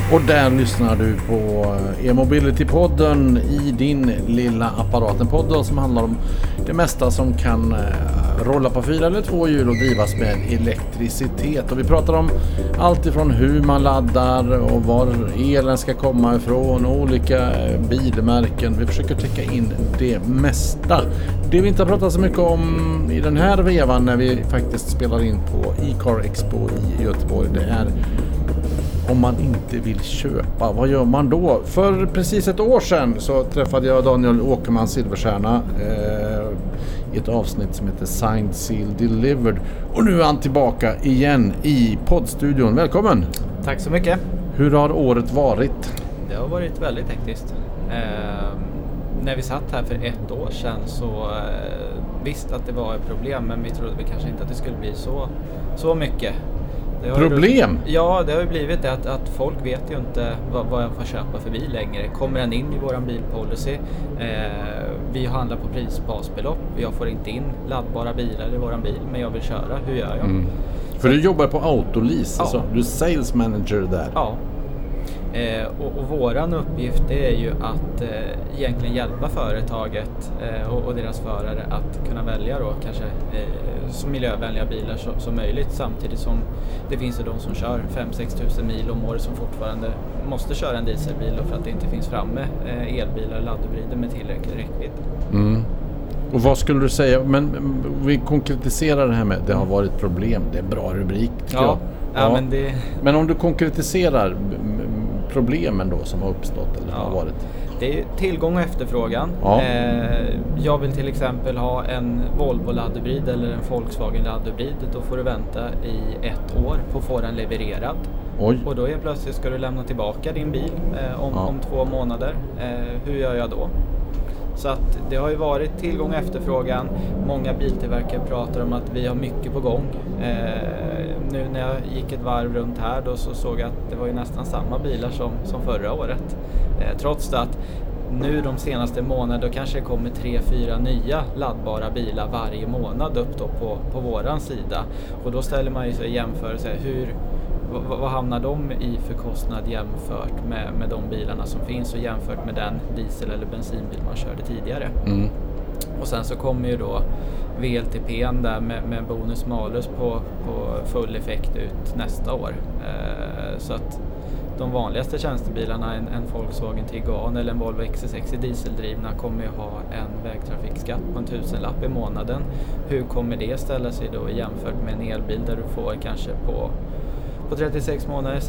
Och där lyssnar du på E-mobility-podden i din lilla apparat. En podd som handlar om det mesta som kan rolla på 4 eller 2 hjul och drivas med elektricitet. Och vi pratar om allt ifrån hur man laddar och var elen ska komma ifrån och olika bilmärken. Vi försöker täcka in det mesta. Det vi inte har pratat så mycket om i den här vevan när vi faktiskt spelar in på e-car expo i Göteborg, det är om man inte vill köpa, vad gör man då? För precis ett år sedan så träffade jag Daniel Åkerman Silverstjärna i ett avsnitt som heter Signed, Sealed, Delivered. Och nu är han tillbaka igen i poddstudion. Välkommen! Tack så mycket! Hur har året varit? Det har varit väldigt hektiskt. När vi satt här för ett år sedan så visste att det var ett problem, men vi trodde kanske inte att det skulle bli så mycket. Problem? Ja, det har ju blivit det att folk vet ju inte vad jag får köpa för bil längre. Kommer den in i våran bilpolicy? Vi handlar på prisbasbelopp. Jag får inte in laddbara bilar i våran bil, men jag vill köra. Hur gör jag? För du jobbar på Autolease, ja. Alltså, du är sales manager där. Ja. Och våran uppgift är ju att egentligen hjälpa företaget och deras förare att kunna välja då kanske så miljövänliga bilar som möjligt, samtidigt som det finns ju de som kör 5-6 tusen mil om året som fortfarande måste köra en dieselbil för att det inte finns framme elbilar och laddhybrider med tillräcklig räckvidd. Och vad skulle du säga, men vi konkretiserar det här med det har varit problem, det är en bra rubrik tycker jag. Ja. Men om du konkretiserar problemen då som har uppstått eller har varit? Det är tillgång och efterfrågan. Ja. Jag vill till exempel ha en Volvo laddhybrid eller en Volkswagen laddhybrid. Då får du vänta i 1 år på att få den levererad. Oj. Och då är plötsligt ska du lämna tillbaka din bil om 2 månader. Hur gör jag då? Så att det har ju varit tillgång och efterfrågan. Många biltillverkare pratar om att vi har mycket på gång. Nu när jag gick ett varv runt här då så såg jag att det var ju nästan samma bilar som förra året. Trots att nu de senaste månaderna då kanske det kommer 3-4 nya laddbara bilar varje månad upp då på våran sida. Och då ställer man ju sig jämförelse vad hamnar de i för kostnad jämfört med de bilarna som finns och jämfört med den diesel- eller bensinbil man körde tidigare. Och sen så kommer ju då VLTP:n där med bonus malus på full effekt ut nästa år. Så att de vanligaste tjänstebilarna, en Volkswagen Tiguan eller en Volvo XC60 dieseldrivna, kommer ju ha en vägtrafikskatt på 1000-lapp i månaden. Hur kommer det ställa sig då jämfört med en elbil där du får kanske på 36 månader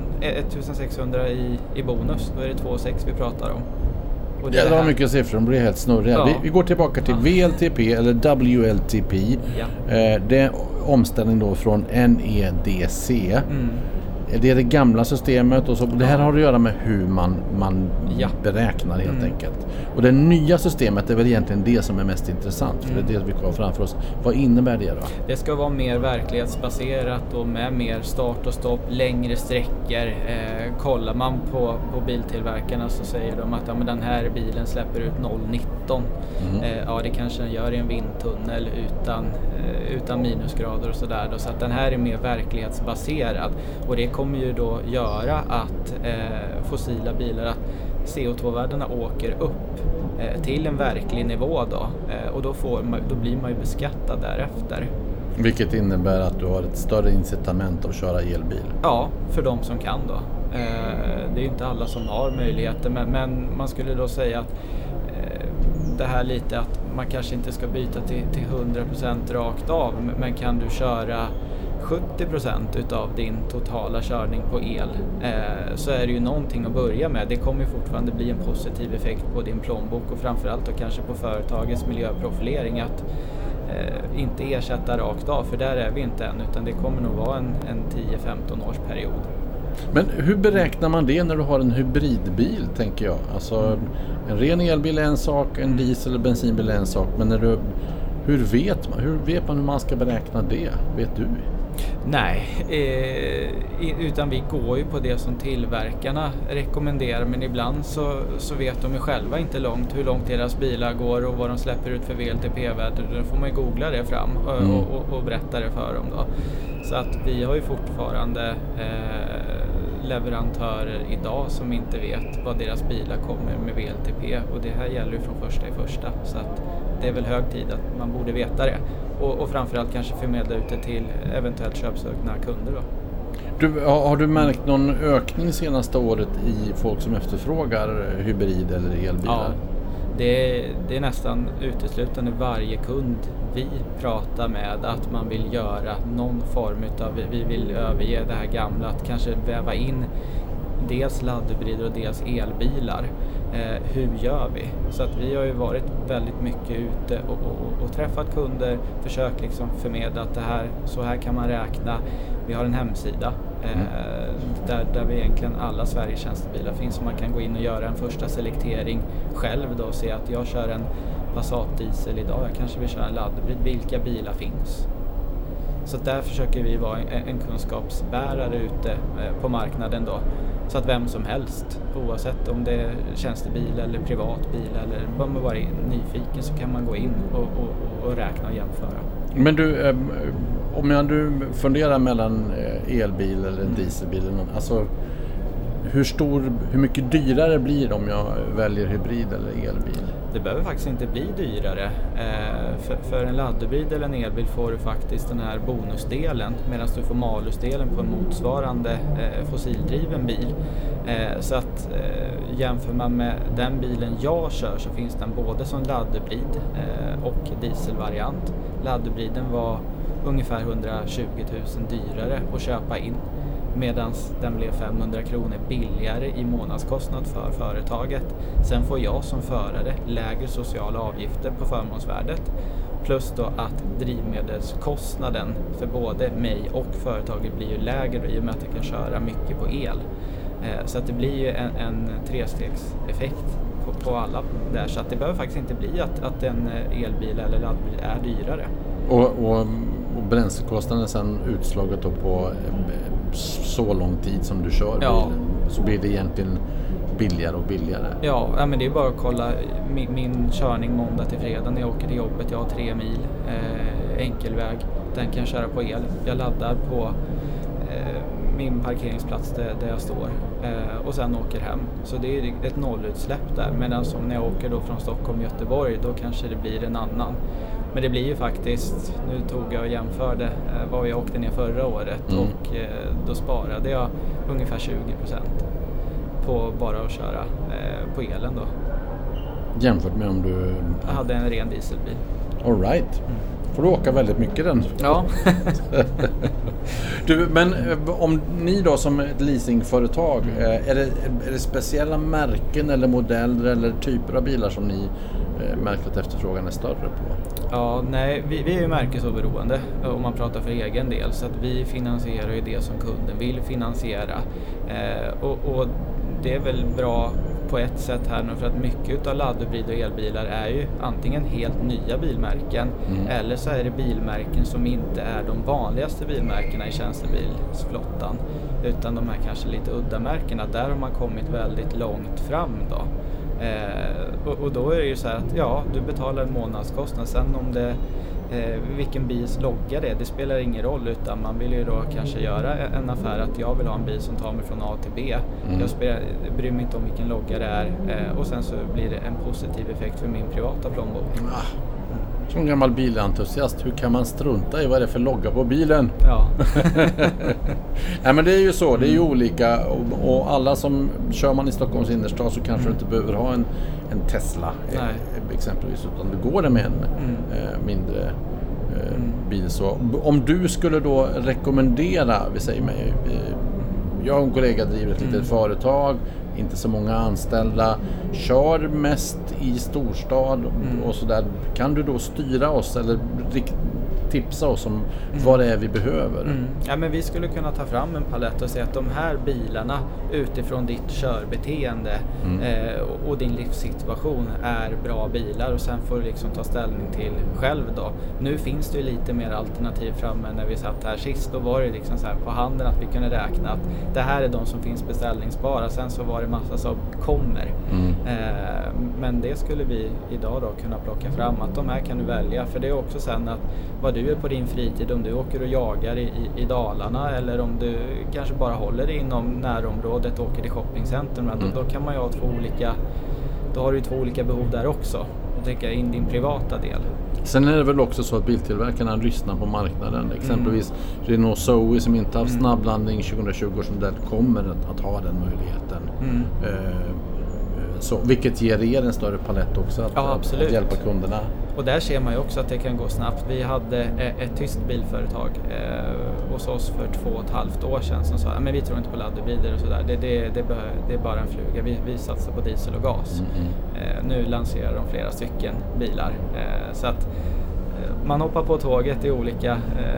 1600 i bonus, då är det 2,6 vi pratar om. Och det var mycket siffror, de blir helt snurriga. Ja. Vi går tillbaka till VLTP eller WLTP. Ja. Det är omställning då från NEDC. Det är det gamla systemet och så, det här har att göra med hur man beräknar helt enkelt. Och det nya systemet är väl egentligen det som är mest intressant, för det är det vi har framför oss. Vad innebär det då? Det ska vara mer verklighetsbaserat och med mer start och stopp, längre sträckor. Kollar man på biltillverkarna så säger de att men den här bilen släpper ut 0,19. Det kanske den gör i en vindtunnel utan minusgrader och sådär. Så att den här är mer verklighetsbaserad, och det kommer ju då göra att fossila bilar, att CO2-värdena åker upp till en verklig nivå då, och då blir man ju beskattad därefter. Vilket innebär att du har ett större incitament att köra elbil? Ja, för de som kan då. Det är ju inte alla som har möjligheter, men man skulle då säga att det här lite att man kanske inte ska byta till 100% rakt av, men kan du köra 70% utav din totala körning på el, så är det ju någonting att börja med. Det kommer ju fortfarande bli en positiv effekt på din plånbok och framförallt och kanske på företagets miljöprofilering, att inte ersätta rakt av, för där är vi inte än, utan det kommer nog vara en 10-15 års period. Men hur beräknar man det när du har en hybridbil, tänker jag? Alltså en ren elbil är en sak, en diesel- eller bensinbil är en sak, men hur vet man hur man ska beräkna det? Vet du? Nej, utan vi går ju på det som tillverkarna rekommenderar, men ibland så vet de ju själva inte hur långt deras bilar går och vad de släpper ut för VLTP-värde. Då får man ju googla det fram och berätta det för dem då. Så att vi har ju fortfarande leverantörer idag som inte vet vad deras bilar kommer med VLTP, och det här gäller ju från första. Så att det är väl hög tid att man borde veta det. Och framförallt kanske förmedla ut det till eventuellt köpsökna kunder då. Har du märkt någon ökning senaste året i folk som efterfrågar hybrid eller elbilar? Ja, det är nästan uteslutande varje kund vi pratar med att man vill göra någon form av, vi vill överge det här gamla, att kanske väva in dels laddhybrider och dels elbilar. Hur gör vi? Så att vi har ju varit väldigt mycket ute och träffat kunder, försökt liksom förmedla att så här kan man räkna. Vi har en hemsida där vi egentligen alla Sveriges tjänstebilar finns, så man kan gå in och göra en första selektering själv då och se att jag kör en Passat diesel idag, jag kanske vill köra en laddhybrid, vilka bilar finns? Så där försöker vi vara en kunskapsbärare ute på marknaden då, så att vem som helst, oavsett om det är tjänstebil eller privatbil eller vad man är nyfiken, så kan man gå in och räkna och jämföra. Men du, om du funderar mellan elbil eller dieselbil, alltså hur mycket dyrare blir det om jag väljer hybrid eller elbil? Det behöver faktiskt inte bli dyrare. För en laddhybrid eller en elbil får du faktiskt den här bonusdelen, medan du får malusdelen på en motsvarande fossildriven bil. Så att jämför man med den bilen jag kör, så finns den både som laddhybrid och dieselvariant. Laddhybriden var ungefär 120 000 dyrare att köpa in, medan den blev 500 kronor billigare i månadskostnad för företaget. Sen får jag som förare lägre sociala avgifter på förmånsvärdet, plus då att drivmedelskostnaden för både mig och företaget blir ju lägre i och med att jag kan köra mycket på el. Så att det blir ju en trestegseffekt på alla där, så att det behöver faktiskt inte bli att en elbil eller laddbil är dyrare. Och bränslekostnaden sen utslaget då på så lång tid som du kör bilen, så blir det egentligen billigare och billigare. Ja, men det är bara att kolla min körning måndag till fredag när jag åker till jobbet. Jag har 3 mil enkelväg, den kan jag köra på el. Jag laddar på min parkeringsplats där jag står och sen åker hem. Så det är ett nollutsläpp där, medan som när jag åker då från Stockholm Göteborg, då kanske det blir en annan. Men det blir ju faktiskt, nu tog jag och jämförde vad jag åkte ner förra året och då sparade jag ungefär 20% på bara att köra på elen då. Jämfört med om du hade en ren dieselbil. All right. Får du åka väldigt mycket den. Ja. Men om ni då som ett leasingföretag, är det speciella märken eller modeller eller typer av bilar som ni märker att efterfrågan är större på? Ja, nej, vi är ju märkesoberoende om man pratar för egen del, så att vi finansierar ju det som kunden vill finansiera. Och det är väl bra på ett sätt här nu, för att mycket av laddhybrid och elbilar är ju antingen helt nya bilmärken eller så är det bilmärken som inte är de vanligaste bilmärkena i tjänstebilsflottan, utan de här kanske lite udda märkena. Där har man kommit väldigt långt fram då. Och då är det ju så här att du betalar en månadskostnad, sen om det vilken bils logga det spelar ingen roll, utan man vill ju då kanske göra en affär att jag vill ha en bil som tar mig från A till B. Jag bryr mig inte om vilken logga det är, och sen så blir det en positiv effekt för min privata plånbok. Som gammal bilentusiast, hur kan man strunta i vad det är för logga på bilen? Ja. Nej, men det är ju så, det är ju olika, och alla som kör man i Stockholms innerstad så kanske du inte behöver ha en Tesla exempelvis, utan du går det med en mindre bil. Så om du skulle då rekommendera, vi säger mig, jag och en kollega driver ett litet företag, inte så många anställda, kör mest i storstad och sådär. Kan du då styra oss eller tipsa oss om vad det är vi behöver? Ja, men vi skulle kunna ta fram en palett och säga att de här bilarna utifrån ditt körbeteende och din livssituation är bra bilar, och sen får du liksom ta ställning till själv då. Nu finns det ju lite mer alternativ framme. När vi satt här sist, då var det liksom så här på handen att vi kunde räkna att det här är de som finns beställningsbara, sen så var det massa som kommer. Men det skulle vi idag då kunna plocka fram, att de här kan du välja, för det är också sen att vad du är på din fritid, om du åker och jagar i Dalarna eller om du kanske bara håller dig inom närområdet och åker till shoppingcentrum, då kan man ju ha då har du två olika behov där också. Jag tänker in din privata del. Sen är det väl också så att biltillverkarna lyssnar på marknaden. Exempelvis Renault Zoe som inte haft snabblandning 2020 som där kommer att ha den möjligheten. Så, vilket ger er en större palett också att hjälpa kunderna. Och där ser man ju också att det kan gå snabbt. Vi hade ett tyskt bilföretag hos oss för 2,5 år sedan som sa men vi tror inte på laddhybrider och sådär. Det är bara en fluga. Vi satsar på diesel och gas. Nu lanserar de flera stycken bilar. Så att man hoppar på tåget i olika,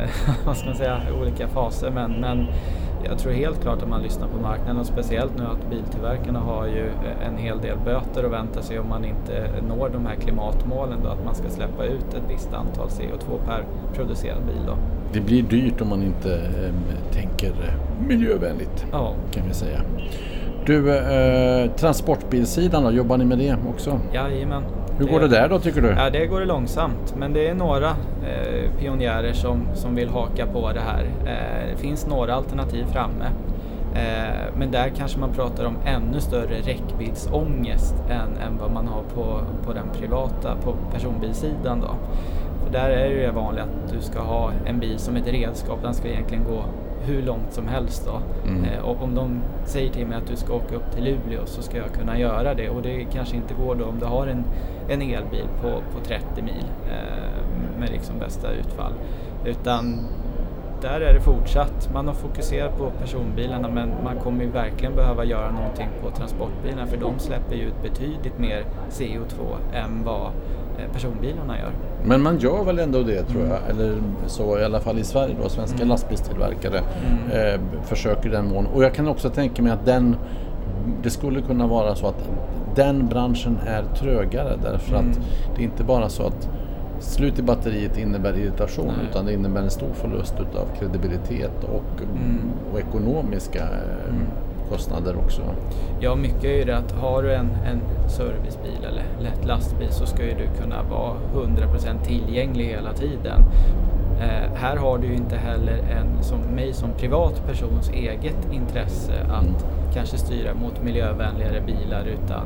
olika faser. Men jag tror helt klart att man lyssnar på marknaden, och speciellt nu att biltillverkarna har ju en hel del böter att vänta sig om man inte når de här klimatmålen då, att man ska släppa ut ett visst antal CO2 per producerad bil då. Det blir dyrt om man inte tänker miljövänligt, kan vi säga. Du, transportbilsidan då, jobbar ni med det också? Jajamän. Hur går det där då tycker du? Ja, det går långsamt, men det är några pionjärer som vill haka på det här. Det finns några alternativ framme, men där kanske man pratar om ännu större räckviddsångest än vad man har på den privata, på personbilsidan då. För där är det vanligt att du ska ha en bil som ett redskap, den ska egentligen gå hur långt som helst då. Och om de säger till mig att du ska åka upp till Luleå så ska jag kunna göra det, och det kanske inte går då om du har en elbil på 30 mil med liksom bästa utfall, utan där är det fortsatt. Man har fokuserat på personbilarna, men man kommer ju verkligen behöva göra någonting på transportbilarna, för de släpper ju ut betydligt mer CO2 än vad personbilarna gör. Men man gör väl ändå det tror jag, eller så i alla fall i Sverige då, svenska lastbilstillverkare försöker den mån. Och jag kan också tänka mig att det skulle kunna vara så att den branschen är trögare, därför att det är inte bara så att slut i batteriet innebär irritation, utan det innebär en stor förlust av kredibilitet och ekonomiska kostnader också. Ja, mycket är ju det att har du en servicebil eller lätt lastbil så ska ju du kunna vara 100% tillgänglig hela tiden. Här har du ju inte heller som privatpersons eget intresse att kanske styra mot miljövänligare bilar, utan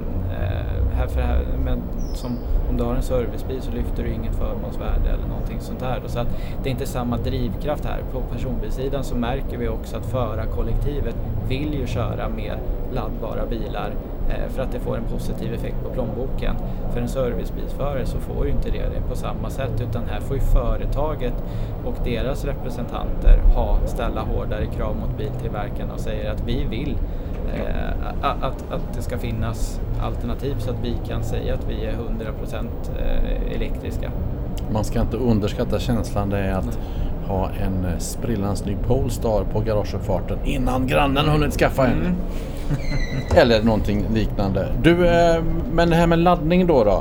om du har en servicebil så lyfter du inget förmånsvärde eller någonting sånt här. Så att det är inte samma drivkraft här. På personbilsidan så märker vi också att förarkollektivet vill ju köra mer laddbara bilar för att det får en positiv effekt på plånboken. För en servicebilsförare så får ju inte det på samma sätt, utan här får ju företaget och deras representanter ställa hårdare krav mot biltillverkarna och säger att vi vill att det ska finnas alternativ så att vi kan säga att vi är 100% elektriska. Man ska inte underskatta känslan det är att ha en sprillans ny Polestar på garageuppfarten innan grannen hunnit skaffa en. Eller någonting liknande. Du, men det här med laddning då.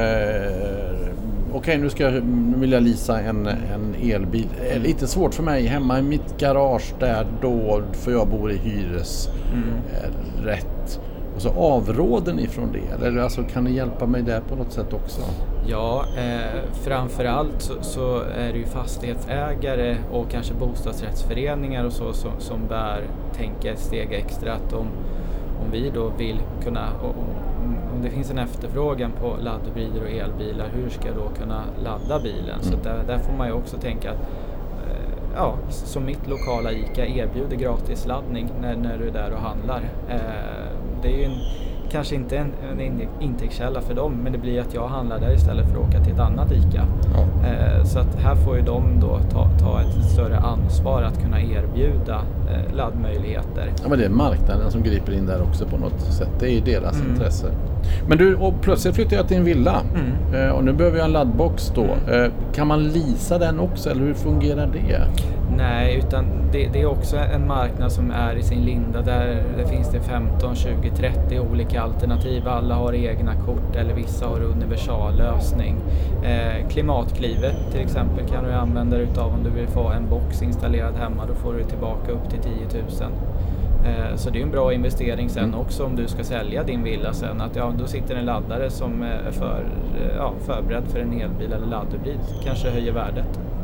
Okej, nu vill jag leasa en elbil. Det är lite svårt för mig hemma i mitt garage där då, för jag bor i hyresrätt. Och så avråden ifrån det. Eller alltså, kan ni hjälpa mig där på något sätt också? Ja, framförallt så är det ju fastighetsägare och kanske bostadsrättsföreningar och så som bör tänka ett steg extra, att om vi då vill kunna, om det finns en efterfrågan på laddhybrider och elbilar, hur ska jag då kunna ladda bilen? Så där får man ju också tänka att som mitt lokala ICA erbjuder gratis laddning när du är där och handlar. Det är ju kanske inte en intäktskälla för dem, men det blir att jag handlar där istället för att åka till ett annat ICA. Så att här får ju de då ta ett större ansvar att kunna erbjuda laddmöjligheter. Ja, men det är marknaden som griper in där också på något sätt. Det är ju deras intresse. Men du, och plötsligt flyttar jag till en villa och nu behöver jag en laddbox då. Kan man leasa den också, eller hur fungerar det? Nej, utan det är också en marknad som är i sin linda. Där finns det 15, 20, 30 olika alternativ. Alla har egna kort eller vissa har universallösning. Klimatklivet till exempel kan du använda dig utav om du vill få en box installerad hemma. Då får du tillbaka upp till 10 000. Så det är en bra investering sen också om du ska sälja din villa sen. Att då sitter en laddare som är förberedd för en elbil eller laddhybrid. Kanske höjer värdet.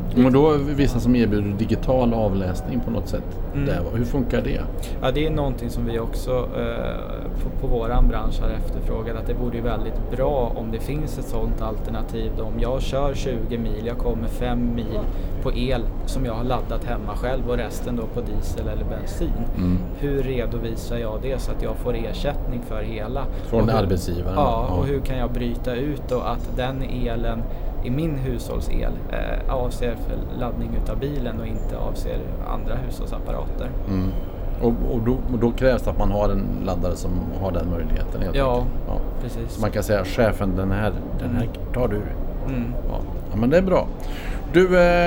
Men då vissa som erbjuder digital avläsning på något sätt. Hur funkar det? Ja, det är någonting som vi också på våran bransch har efterfrågat, att det vore ju väldigt bra om det finns ett sådant alternativ. Om jag kör 20 mil, jag kommer 5 mil på el som jag har laddat hemma själv och resten då på diesel eller bensin. Hur redovisar jag det så att jag får ersättning för hela? Från arbetsgivaren? Ja, och hur kan jag bryta ut då att den elen i min hushållsel avser för laddning utav bilen och inte avser andra hushållsapparater. Och då krävs det att man har en laddare som har den möjligheten. Ja, precis. Så man kan säga, chefen, den här tar du. Ja, men det är bra. Du,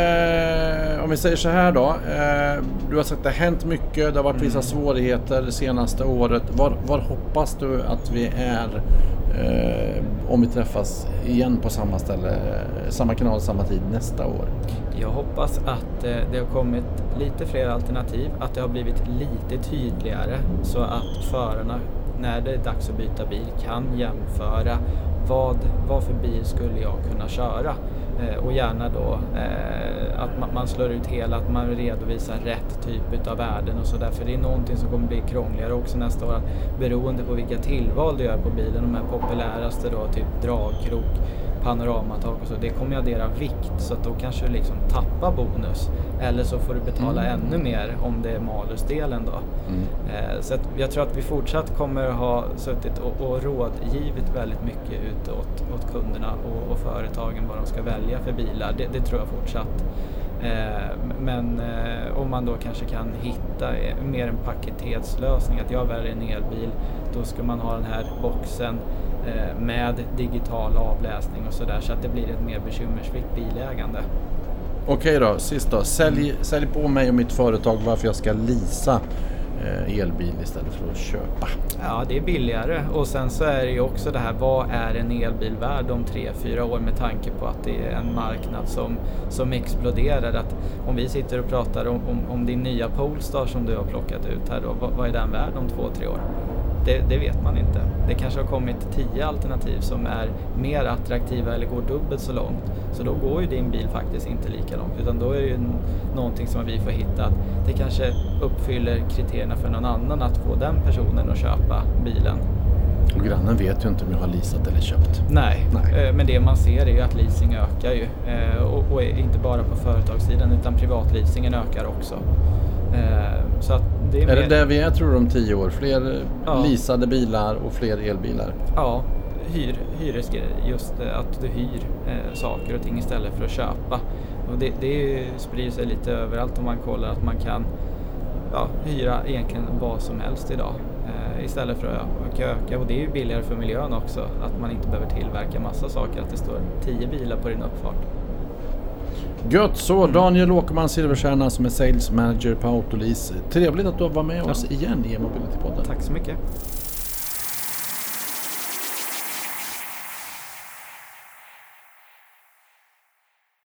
om vi säger så här då. Du har sagt att det har hänt mycket. Det har varit vissa svårigheter det senaste året. Var hoppas du att vi är om vi träffas igen på samma ställe, samma kanal, samma tid nästa år? Jag hoppas att det har kommit lite fler alternativ, att det har blivit lite tydligare så att förarna när det är dags att byta bil kan jämföra vad för bil skulle jag kunna köra. Och gärna då att man slår ut hela, att man redovisar rätt typ av värden och sådär. För det är någonting som kommer bli krångligare också nästa år, beroende på vilka tillval du gör på bilen. De här populäraste då, typ dragkrok, panoramatak och så, det kommer att addera vikt, så att då kanske du liksom tappar bonus, eller så får du betala ännu mer om det är malusdelen då. Så att jag tror att vi fortsatt kommer ha suttit och rådgivit väldigt mycket utåt åt kunderna och företagen vad de ska välja för bilar. Det tror jag fortsatt. Men om man då kanske kan hitta mer en paketetslösning, att jag väljer en elbil, då ska man ha den här boxen med digital avläsning och sådär, så att det blir ett mer bekymmersfritt bilägande. Okej då, sist då. Sälj på mig och mitt företag varför jag ska leasa elbil istället för att köpa. Ja, det är billigare, och sen så är det ju också det här, vad är en elbil värd om 3-4 år, med tanke på att det är en marknad som exploderar. Att om vi sitter och pratar om din nya Polestar som du har plockat ut här då, vad är den värd om 2-3 år? Det vet man inte. Det kanske har kommit 10 alternativ som är mer attraktiva eller går dubbelt så långt. Så då går ju din bil faktiskt inte lika långt. Utan då är det ju någonting som vi får hitta. Att det kanske uppfyller kriterierna för någon annan att få den personen att köpa bilen. Och grannen vet ju inte om jag har leasat eller köpt. Nej. Men det man ser är ju att leasing ökar ju. Och inte bara på företagssidan, utan privatleasingen ökar också. Så att det är det där vi är, tror du, om 10 år? Fler leasade bilar och fler elbilar? Ja, hyresgrejer. Just att du hyr saker och ting istället för att köpa. Och det sprider sig lite överallt om man kollar att man kan hyra egentligen vad som helst idag. Istället för att öka. Och det är ju billigare för miljön också. Att man inte behöver tillverka massa saker. Att det står 10 bilar på din uppfart. Gött så, Daniel Åkerman Silverstjärna som är Sales Manager på Autolease. Trevligt att du var med oss igen i E-mobility-podden. Tack så mycket.